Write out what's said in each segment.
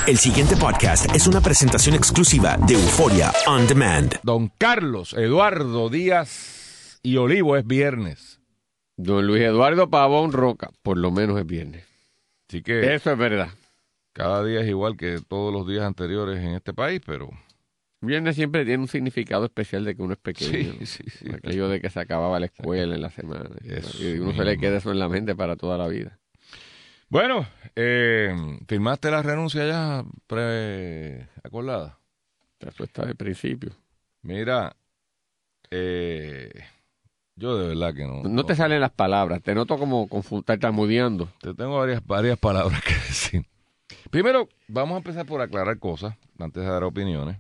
El siguiente podcast es una presentación exclusiva de Euforia On Demand. Don Carlos Eduardo Díaz y Olivo es viernes. Don Luis Eduardo Pavón Roca, por lo menos es viernes. Así que Eso es verdad. cada día es igual que todos los días anteriores en este país, pero... Viernes siempre tiene un significado especial de que uno es pequeño. Sí. Aquello de que se acababa la escuela en la semana. Eso Y uno se le queda eso en la mente para toda la vida. Bueno, ¿firmaste la renuncia ya preacordada? Eso está de principio. Mira, yo de verdad que no. No te salen las palabras, te noto como tartamudeando. Te tengo varias palabras que decir. Primero, vamos a empezar por aclarar cosas antes de dar opiniones.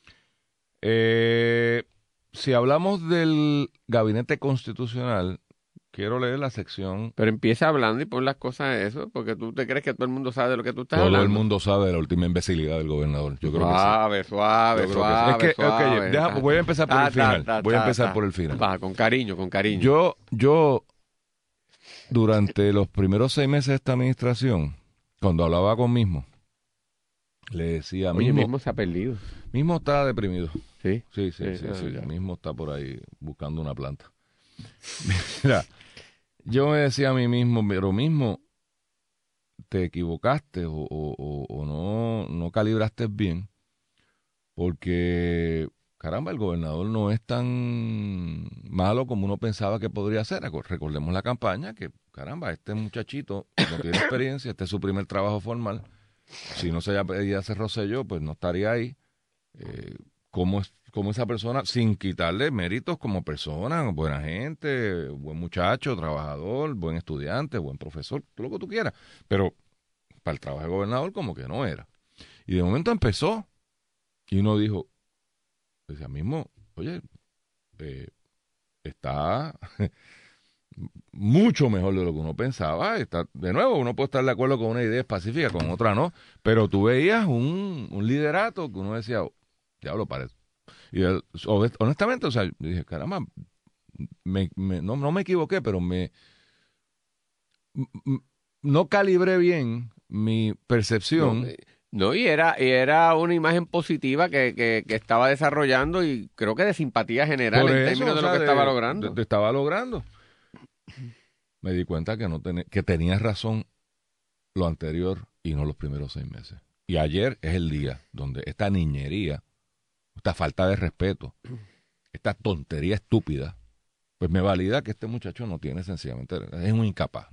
Si hablamos del gabinete constitucional, quiero leer la sección. Pero empieza hablando y pon las cosas en eso, porque tú te crees que todo el mundo sabe de lo que tú estás Todo hablando. el mundo sabe de la última imbecilidad del gobernador. Yo creo Suave, que sí. suave. Ok, voy a empezar por el final. Voy a empezar por el final. Va, con cariño. Yo, durante los primeros 6 meses de esta administración, cuando hablaba con Mismo, le decía, Oye, mismo se ha perdido. Mismo está deprimido. Sí. Sí. Ya. Mismo está por ahí buscando una planta. Mira, yo me decía a mí mismo, pero Mismo, te equivocaste o no calibraste bien, porque, caramba, el gobernador no es tan malo como uno pensaba que podría ser. Recordemos la campaña, que, caramba, este muchachito no tiene experiencia, este es su primer trabajo formal. Si no se haya pedido hacer Rosselló, pues no estaría ahí. Como esa persona, sin quitarle méritos como persona, buena gente, buen muchacho, trabajador, buen estudiante, buen profesor, todo lo que tú quieras. Pero para el trabajo de gobernador como que no era. Y de momento empezó y uno dijo, decía mismo, oye, está mucho mejor de lo que uno pensaba. De nuevo, uno puede estar de acuerdo con una idea específica, con otra no, pero tú veías un liderato que uno decía, diablo, parece. Y honestamente, o sea, dije, caramba, no me equivoqué, pero no calibré bien mi percepción. No, y era una imagen positiva que estaba desarrollando y creo que de simpatía general Por en eso, términos de lo que estaba logrando. Estaba logrando. Me di cuenta que tenías razón lo anterior y no los primeros 6 meses. Y ayer es el día donde esta niñería, esta falta de respeto, esta tontería estúpida, pues me valida que este muchacho no tiene sencillamente, es un incapaz.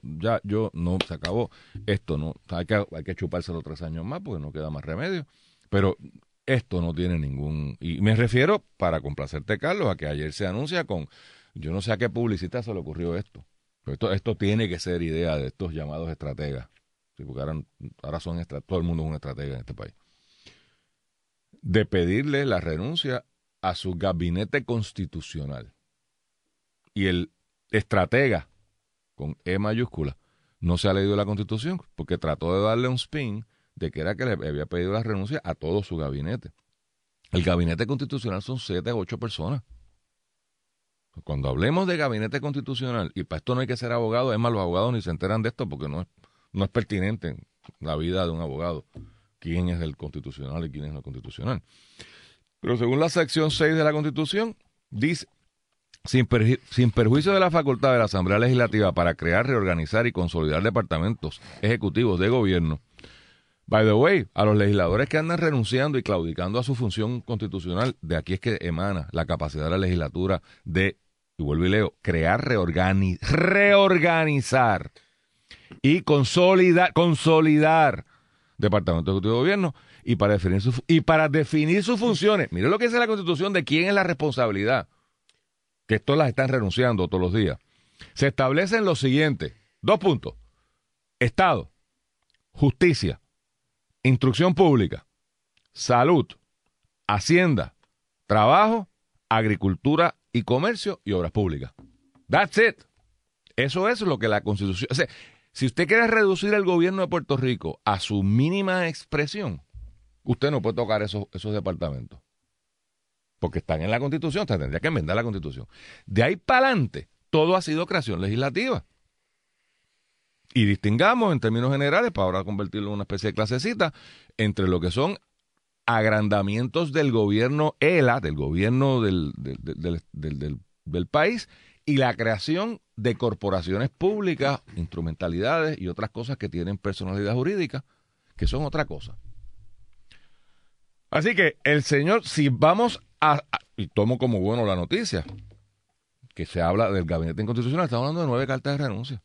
Se acabó esto, no hay que chupárselo 3 años más porque no queda más remedio. Pero esto no tiene ningún, y me refiero, para complacerte, Carlos, a que ayer se anuncia con, yo no sé a qué publicista se le ocurrió esto, pero esto tiene que ser idea de estos llamados estrategas, ¿sí? Porque ahora todo el mundo es un estratega en este país, de pedirle la renuncia a su gabinete constitucional. Y el estratega, con E mayúscula, no se ha leído la Constitución porque trató de darle un spin de que era que le había pedido la renuncia a todo su gabinete. El gabinete constitucional son 7 o 8 personas. Cuando hablemos de gabinete constitucional, y para esto no hay que ser abogado, es más, los abogados ni se enteran de esto porque no es pertinente en la vida de un abogado quién es el constitucional y quién es el constitucional. Pero según la sección 6 de la Constitución, dice, sin perjuicio de la facultad de la Asamblea Legislativa para crear, reorganizar y consolidar departamentos ejecutivos de gobierno. By the way, a los legisladores que andan renunciando y claudicando a su función constitucional, de aquí es que emana la capacidad de la legislatura de, y vuelvo y leo, crear, reorganizar y consolidar departamentos ejecutivos de gobierno y para definir sus funciones. Mire lo que dice la Constitución de quién es la responsabilidad, que estos las están renunciando todos los días. Se establecen los siguientes, 2 puntos: Estado, justicia, instrucción pública, salud, hacienda, trabajo, agricultura y comercio y obras públicas. That's it. Eso es lo que la Constitución... O sea, si usted quiere reducir el gobierno de Puerto Rico a su mínima expresión, usted no puede tocar esos departamentos. Porque están en la Constitución, usted tendría que enmendar la Constitución. De ahí para adelante, todo ha sido creación legislativa. Y distingamos en términos generales, para ahora convertirlo en una especie de clasecita, entre lo que son agrandamientos del gobierno ELA, del gobierno del país, y la creación de corporaciones públicas, instrumentalidades y otras cosas que tienen personalidad jurídica, que son otra cosa. Así que el señor, si vamos y tomo como bueno la noticia, que se habla del gabinete inconstitucional, estamos hablando de 9 cartas de renuncia.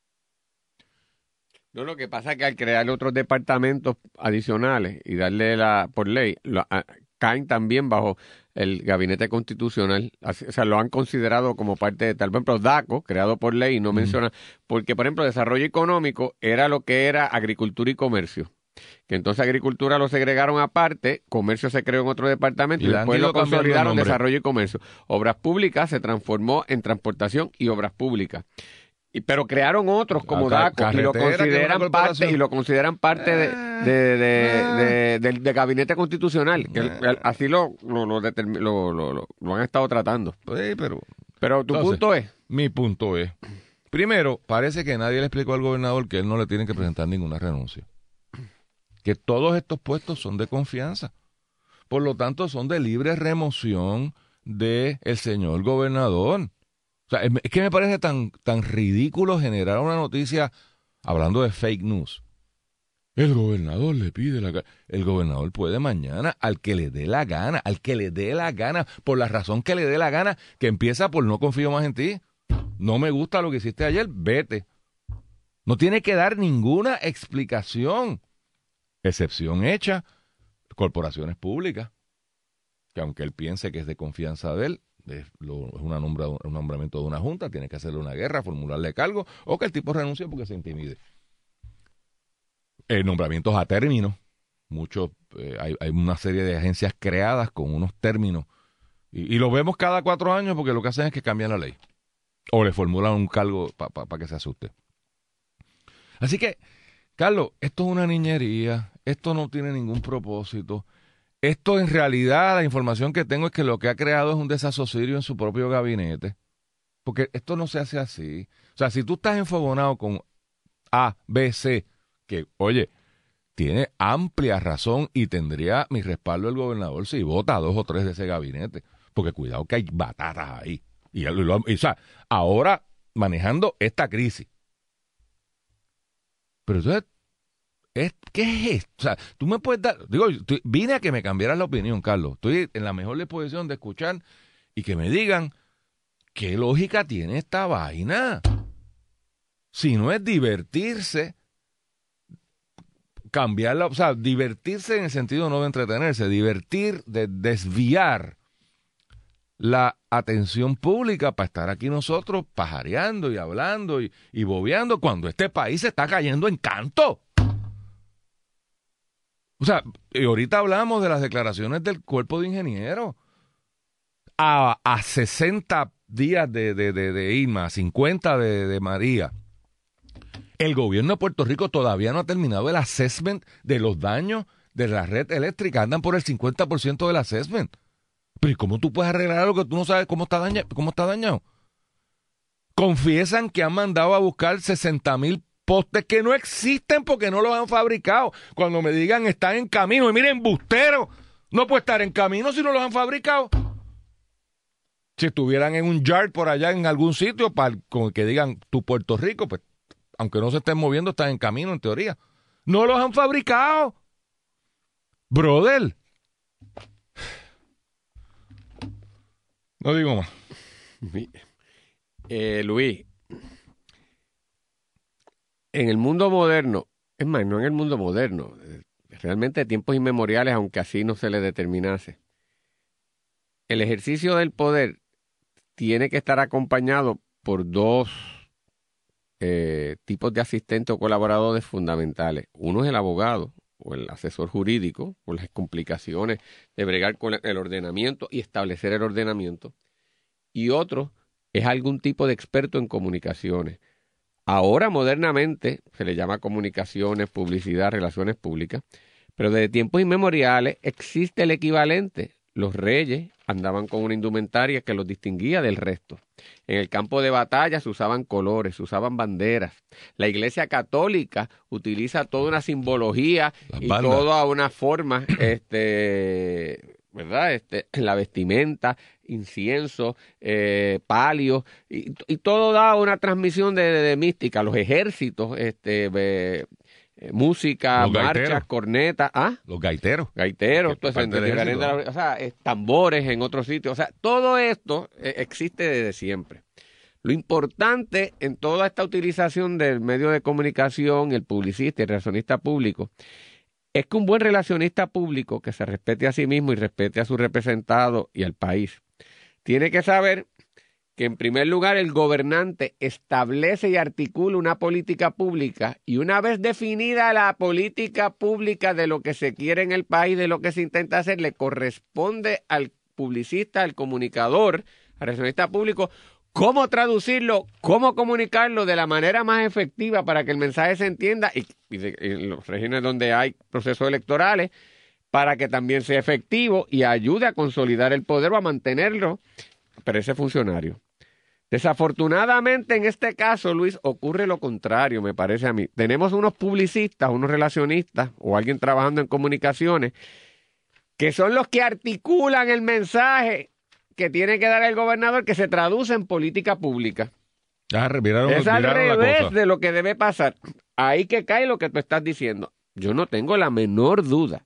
No, lo que pasa es que al crear otros departamentos adicionales y darle por ley, caen también bajo el gabinete constitucional. O sea, lo han considerado como parte de tal. Por ejemplo, DACO, creado por ley, no menciona, porque, por ejemplo, desarrollo económico era lo que era agricultura y comercio. Que entonces agricultura lo segregaron aparte, comercio se creó en otro departamento y después lo consolidaron desarrollo y comercio. Obras públicas se transformó en transportación y obras públicas. Pero crearon otros como DACO y lo consideran parte del gabinete constitucional. Que así lo han estado tratando. Sí, pero tu punto es. Mi punto es, primero, parece que nadie le explicó al gobernador que él no le tiene que presentar ninguna renuncia. Que todos estos puestos son de confianza. Por lo tanto, son de libre remoción del señor gobernador. O sea, es que me parece tan ridículo generar una noticia hablando de fake news. El gobernador le pide el gobernador puede mañana al que le dé la gana, por la razón que le dé la gana, que empieza por no confío más en ti. No me gusta lo que hiciste ayer, vete. No tiene que dar ninguna explicación. Excepción hecha, corporaciones públicas, que aunque él piense que es de confianza de él, es un nombramiento de una junta, tiene que hacerle una guerra, formularle cargo, o que el tipo renuncie porque se intimide. Nombramientos a término, hay una serie de agencias creadas con unos términos, y lo vemos cada 4 años porque lo que hacen es que cambian la ley, o le formulan un cargo para que se asuste. Así que, Carlos, esto es una niñería, esto no tiene ningún propósito. Esto en realidad, la información que tengo es que lo que ha creado es un desasosirio en su propio gabinete. Porque esto no se hace así. O sea, si tú estás enfogonado con A, B, C, que, oye, tiene amplia razón y tendría mi respaldo el gobernador si vota a 2 o 3 de ese gabinete. Porque cuidado que hay batatas ahí. Y o sea, ahora manejando esta crisis. Pero entonces, ¿qué es esto? O sea, tú me puedes dar... vine a que me cambiaras la opinión, Carlos. Estoy en la mejor disposición de escuchar y que me digan qué lógica tiene esta vaina. Si no es divertirse, cambiarla... O sea, divertirse en el sentido no de entretenerse, de desviar la atención pública para estar aquí nosotros pajareando y hablando y bobeando cuando este país se está cayendo en canto. O sea, y ahorita hablamos de las declaraciones del cuerpo de ingenieros. A 60 días de Irma, 50 de María. El gobierno de Puerto Rico todavía no ha terminado el assessment de los daños de la red eléctrica. Andan por el 50% del assessment. Pero ¿y cómo tú puedes arreglar algo que tú no sabes cómo está dañado? Confiesan que han mandado a buscar 60,000 postes que no existen porque no los han fabricado. Cuando me digan están en camino, y miren, embustero, no puede estar en camino si no los han fabricado. Si estuvieran en un yard por allá en algún sitio, con el que digan tu Puerto Rico, pues aunque no se estén moviendo, están en camino en teoría. No los han fabricado. Brother. No digo más. Luis, en el mundo moderno, es más, no en el mundo moderno, realmente de tiempos inmemoriales, aunque así no se le determinase, el ejercicio del poder tiene que estar acompañado por 2 tipos de asistentes o colaboradores fundamentales. Uno es el abogado o el asesor jurídico, por las complicaciones de bregar con el ordenamiento y establecer el ordenamiento. Y otro es algún tipo de experto en comunicaciones. Ahora, modernamente, se le llama comunicaciones, publicidad, relaciones públicas, pero desde tiempos inmemoriales existe el equivalente, los reyes andaban con una indumentaria que los distinguía del resto. En el campo de batalla se usaban colores, se usaban banderas. La Iglesia Católica utiliza toda una simbología y toda una forma, ¿verdad? La vestimenta, incienso, palio, y todo da una transmisión de mística. Los ejércitos, música, marchas, cornetas, los gaiteros, o sea, tambores en otros sitios, o sea, todo esto existe desde siempre. Lo importante en toda esta utilización del medio de comunicación, el publicista y el relacionista público, es que un buen relacionista público que se respete a sí mismo y respete a su representado y al país, tiene que saber que en primer lugar el gobernante establece y articula una política pública, y una vez definida la política pública de lo que se quiere en el país, de lo que se intenta hacer, le corresponde al publicista, al comunicador, al relacionista público, cómo traducirlo, cómo comunicarlo de la manera más efectiva para que el mensaje se entienda, y en los regímenes donde hay procesos electorales, para que también sea efectivo y ayude a consolidar el poder o a mantenerlo para ese funcionario. Desafortunadamente, en este caso, Luis, ocurre lo contrario, me parece a mí. Tenemos unos publicistas, unos relacionistas o alguien trabajando en comunicaciones que son los que articulan el mensaje que tiene que dar el gobernador, que se traduce en política pública. Es al revés de lo que debe pasar. Ahí que cae lo que tú estás diciendo. Yo no tengo la menor duda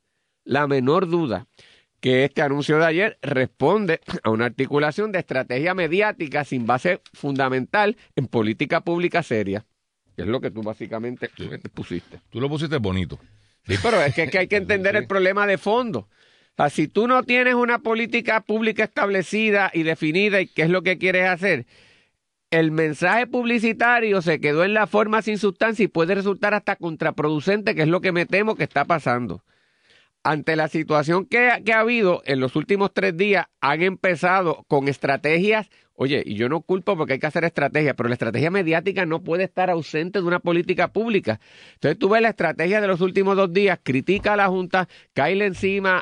que este anuncio de ayer responde a una articulación de estrategia mediática sin base fundamental en política pública seria. Que es lo que tú básicamente pusiste. Tú lo pusiste bonito. Sí, pero es que hay que entender el problema de fondo. O sea, si tú no tienes una política pública establecida y definida y qué es lo que quieres hacer, el mensaje publicitario se quedó en la forma sin sustancia y puede resultar hasta contraproducente, que es lo que me temo que está pasando. Ante la situación que ha habido en los últimos 3 días, han empezado con estrategias. Oye, y yo no culpo porque hay que hacer estrategias, pero la estrategia mediática no puede estar ausente de una política pública. Entonces tú ves la estrategia de los últimos 2 días, critica a la Junta, cae encima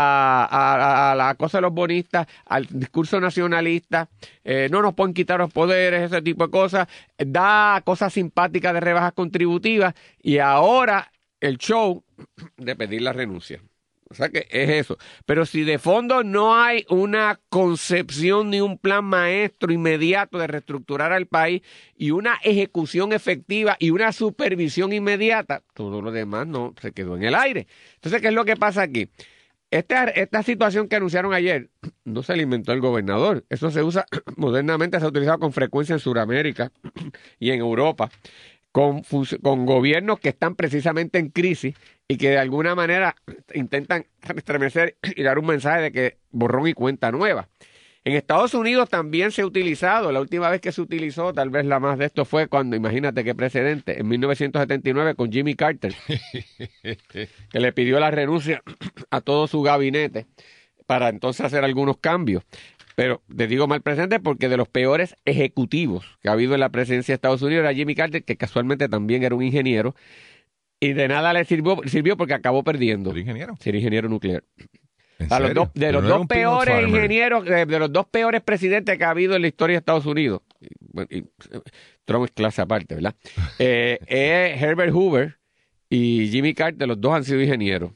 a la cosa de los bonistas, al discurso nacionalista, no nos pueden quitar los poderes, ese tipo de cosas, da cosas simpáticas de rebajas contributivas, y ahora el show de pedir la renuncia. O sea que es eso. Pero si de fondo no hay una concepción ni un plan maestro inmediato de reestructurar al país y una ejecución efectiva y una supervisión inmediata, todo lo demás no se quedó en el aire. Entonces, ¿qué es lo que pasa aquí? Esta situación que anunciaron ayer no se la inventó el gobernador. Eso se usa modernamente, se ha utilizado con frecuencia en Sudamérica y en Europa, con gobiernos que están precisamente en crisis y que de alguna manera intentan estremecer y dar un mensaje de que borrón y cuenta nueva. En Estados Unidos también se ha utilizado. La última vez que se utilizó, tal vez la más de esto, fue cuando, imagínate qué precedente, en 1979 con Jimmy Carter, que le pidió la renuncia a todo su gabinete para entonces hacer algunos cambios. Pero te digo mal presente porque de los peores ejecutivos que ha habido en la presidencia de Estados Unidos era Jimmy Carter, que casualmente también era un ingeniero, y de nada le sirvió porque acabó perdiendo. ¿Era ingeniero? Sí, era ingeniero nuclear. ¿En A serio? de los dos peores ingenieros, de los dos peores presidentes que ha habido en la historia de Estados Unidos. Y Trump es clase aparte, ¿verdad? Herbert Hoover y Jimmy Carter, los dos han sido ingenieros.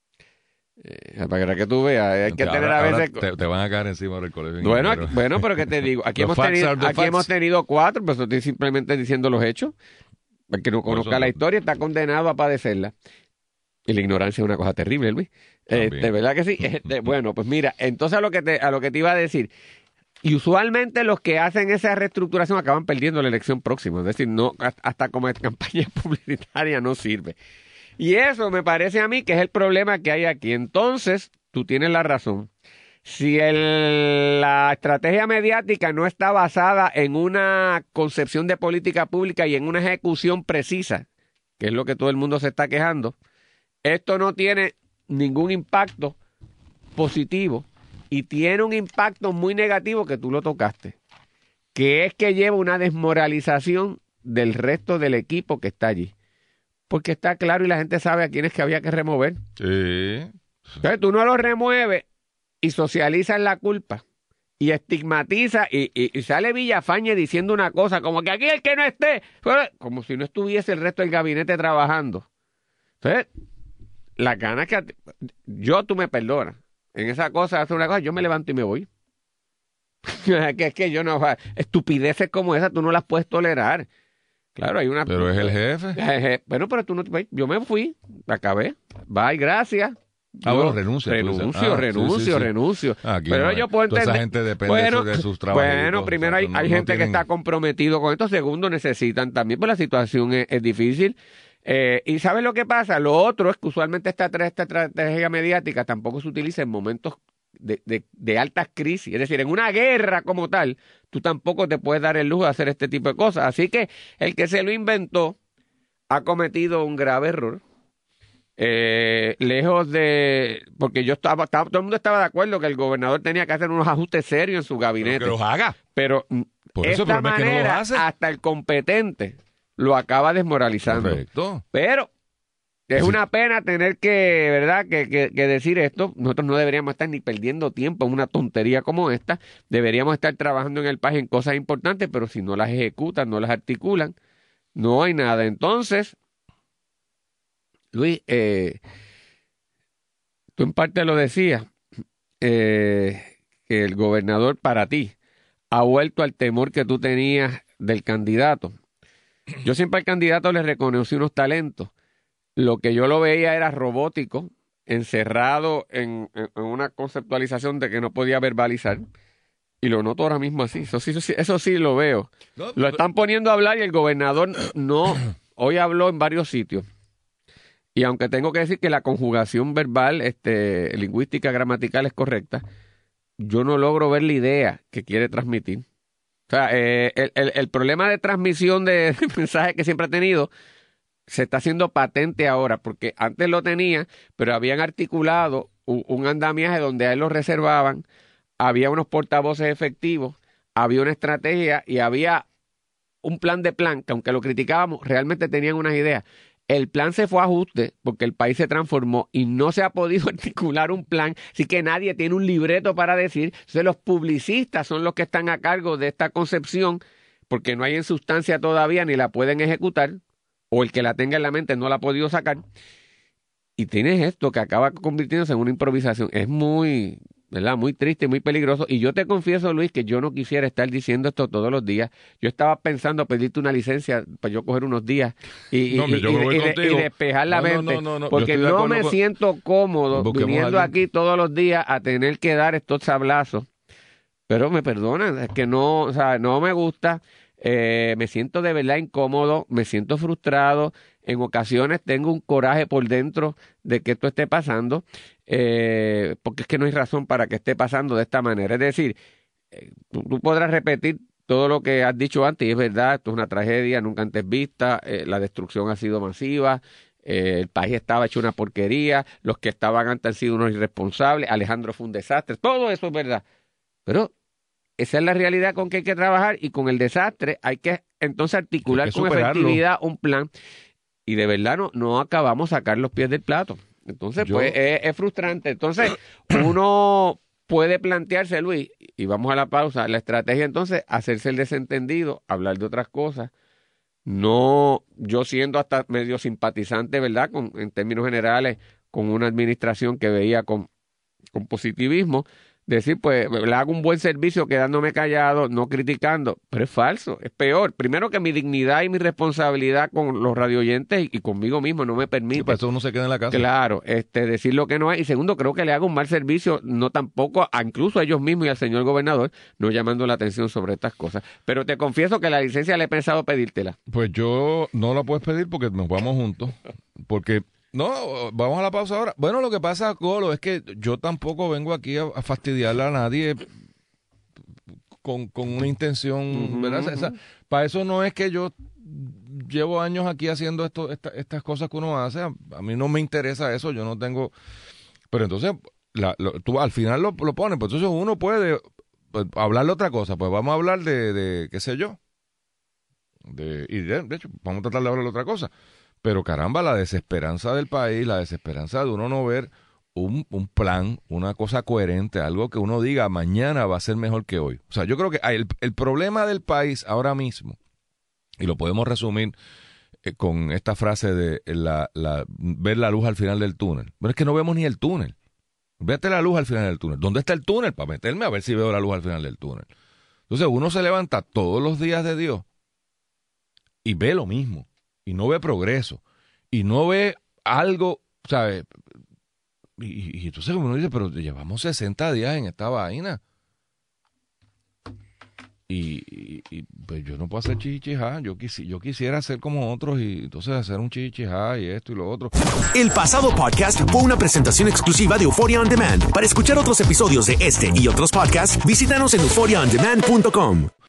Para que tú veas, hay que tener a veces. Te van a caer encima del colegio. Bueno, pero ¿qué te digo? Aquí hemos tenido 4, pero estoy simplemente diciendo los hechos. El que no conozca la historia está condenado a padecerla. Y la ignorancia es una cosa terrible, Luis. De verdad que sí. Bueno, pues mira, entonces a lo que te iba a decir. Y usualmente los que hacen esa reestructuración acaban perdiendo la elección próxima. Es decir, no, hasta como campaña publicitaria no sirve. Y eso me parece a mí que es el problema que hay aquí. Entonces, tú tienes la razón. Si la estrategia mediática no está basada en una concepción de política pública y en una ejecución precisa, que es lo que todo el mundo se está quejando, esto no tiene ningún impacto positivo y tiene un impacto muy negativo que tú lo tocaste, que es que lleva una desmoralización del resto del equipo que está allí. Porque está claro y la gente sabe a quién es que había que remover. Sí. Entonces tú no lo remueves y socializan la culpa y estigmatiza y sale Villafañe diciendo una cosa, como que aquí el que no esté, como si no estuviese el resto del gabinete trabajando. Entonces, las ganas que tú me perdonas, en esa cosa, hace una cosa, yo me levanto y me voy. que es que yo no, estupideces como esa tú no las puedes tolerar. Claro, hay una... Pero es el jefe. Bueno, pero tú no... Yo me fui, acabé. Bye, gracias. Bueno, renuncio. Renuncio. Aquí pero yo puedo entender... Toda esa gente depende de sus trabajos. Bueno, primero hay gente que está comprometido con esto. Segundo, necesitan también, pues la situación es difícil. Y ¿sabes lo que pasa? Lo otro es que usualmente esta estrategia mediática tampoco se utiliza en momentos de altas crisis. Es decir, en una guerra como tal, tú tampoco te puedes dar el lujo de hacer este tipo de cosas. Así que el que se lo inventó ha cometido un grave error. Lejos de... Porque todo el mundo estaba de acuerdo que el gobernador tenía que hacer unos ajustes serios en su gabinete. Pero que los haga. Pero por eso, esta manera, es que no lo hace. hasta el competente lo acaba desmoralizando. Correcto. Pero es una pena tener que, ¿verdad?, que decir esto. Nosotros no deberíamos estar ni perdiendo tiempo en una tontería como esta. Deberíamos estar trabajando en el país en cosas importantes, pero si no las ejecutan, no las articulan, no hay nada. Entonces, Luis, tú en parte lo decías, que el gobernador para ti ha vuelto al temor que tú tenías del candidato. Yo siempre al candidato le reconocí unos talentos. Lo que yo lo veía era robótico, encerrado en una conceptualización de que no podía verbalizar. Y lo noto ahora mismo así. Eso sí lo veo. Lo están poniendo a hablar y el gobernador no. Hoy habló en varios sitios. Y aunque tengo que decir que la conjugación verbal, lingüística, gramatical es correcta, yo no logro ver la idea que quiere transmitir. O sea, el problema de transmisión de mensajes que siempre ha tenido se está haciendo patente ahora, porque antes lo tenía, pero habían articulado un andamiaje donde a él lo reservaban, había unos portavoces efectivos, había una estrategia y había un plan, que aunque lo criticábamos, realmente tenían unas ideas. El plan se fue a ajuste porque el país se transformó y no se ha podido articular un plan, así que nadie tiene un libreto para decir. Entonces los publicistas son los que están a cargo de esta concepción porque no hay en sustancia todavía ni la pueden ejecutar, o el que la tenga en la mente no la ha podido sacar. Y tienes esto que acaba convirtiéndose en una improvisación. Es muy, ¿verdad?, muy triste, muy peligroso. Y yo te confieso, Luis, que yo no quisiera estar diciendo esto todos los días. Yo estaba pensando pedirte una licencia para yo coger unos días y despejar la mente. Porque no me siento cómodo viniendo aquí todos los días a tener que dar estos sablazos. Pero me perdonan, es que no, o sea, no me gusta. Me siento de verdad incómodo, me siento frustrado. En ocasiones tengo un coraje por dentro de que esto esté pasando, porque es que no hay razón para que esté pasando de esta manera. Es decir, tú podrás repetir todo lo que has dicho antes, y es verdad, esto es una tragedia nunca antes vista, la destrucción ha sido masiva, el país estaba hecho una porquería, los que estaban antes han sido unos irresponsables, Alejandro fue un desastre, todo eso es verdad, pero esa es la realidad con que hay que trabajar, y con el desastre hay que entonces articular con efectividad un plan, y de verdad no acabamos de sacar los pies del plato. Entonces, pues es frustrante. Entonces, uno puede plantearse, Luis, y vamos a la pausa, la estrategia entonces, hacerse el desentendido, hablar de otras cosas. No, yo siendo hasta medio simpatizante, ¿verdad?, en términos generales, con una administración que veía con positivismo, decir, pues, le hago un buen servicio quedándome callado, no criticando, pero es falso, es peor. Primero, que mi dignidad y mi responsabilidad con los radioyentes y conmigo mismo no me permite. Sí, para eso uno se queda en la casa. Claro, decir lo que no es. Y segundo, creo que le hago un mal servicio, no tampoco, incluso a ellos mismos y al señor gobernador, no llamando la atención sobre estas cosas. Pero te confieso que la licencia le he pensado pedírtela. Pues yo no la puedes pedir porque nos vamos juntos, porque... No, vamos a la pausa ahora. Bueno, lo que pasa, Golo, es que yo tampoco vengo aquí a fastidiarle a nadie con una intención, ¿verdad? Para eso no es que yo llevo años aquí haciendo estas cosas que uno hace. A mí no me interesa eso, yo no tengo... Pero entonces, tú al final lo pones, pues entonces uno puede hablar de otra cosa. Pues vamos a hablar de qué sé yo. Y de hecho, vamos a tratar de hablar de otra cosa. Pero caramba, la desesperanza del país, la desesperanza de uno no ver un plan, una cosa coherente, algo que uno diga mañana va a ser mejor que hoy. O sea, yo creo que el problema del país ahora mismo, y lo podemos resumir con esta frase de ver la luz al final del túnel. Pero es que no vemos ni el túnel. Vete la luz al final del túnel. ¿Dónde está el túnel? Para meterme a ver si veo la luz al final del túnel. Entonces uno se levanta todos los días de Dios y ve lo mismo. Y no ve progreso. Y no ve algo, ¿sabes? Y entonces uno dice, pero llevamos 60 días en esta vaina. Y pues yo no puedo hacer chichichá. Yo quisiera ser como otros y entonces hacer un chichichá y esto y lo otro. El pasado podcast fue una presentación exclusiva de Euphoria On Demand. Para escuchar otros episodios de este y otros podcasts, visítanos en euphoriaondemand.com.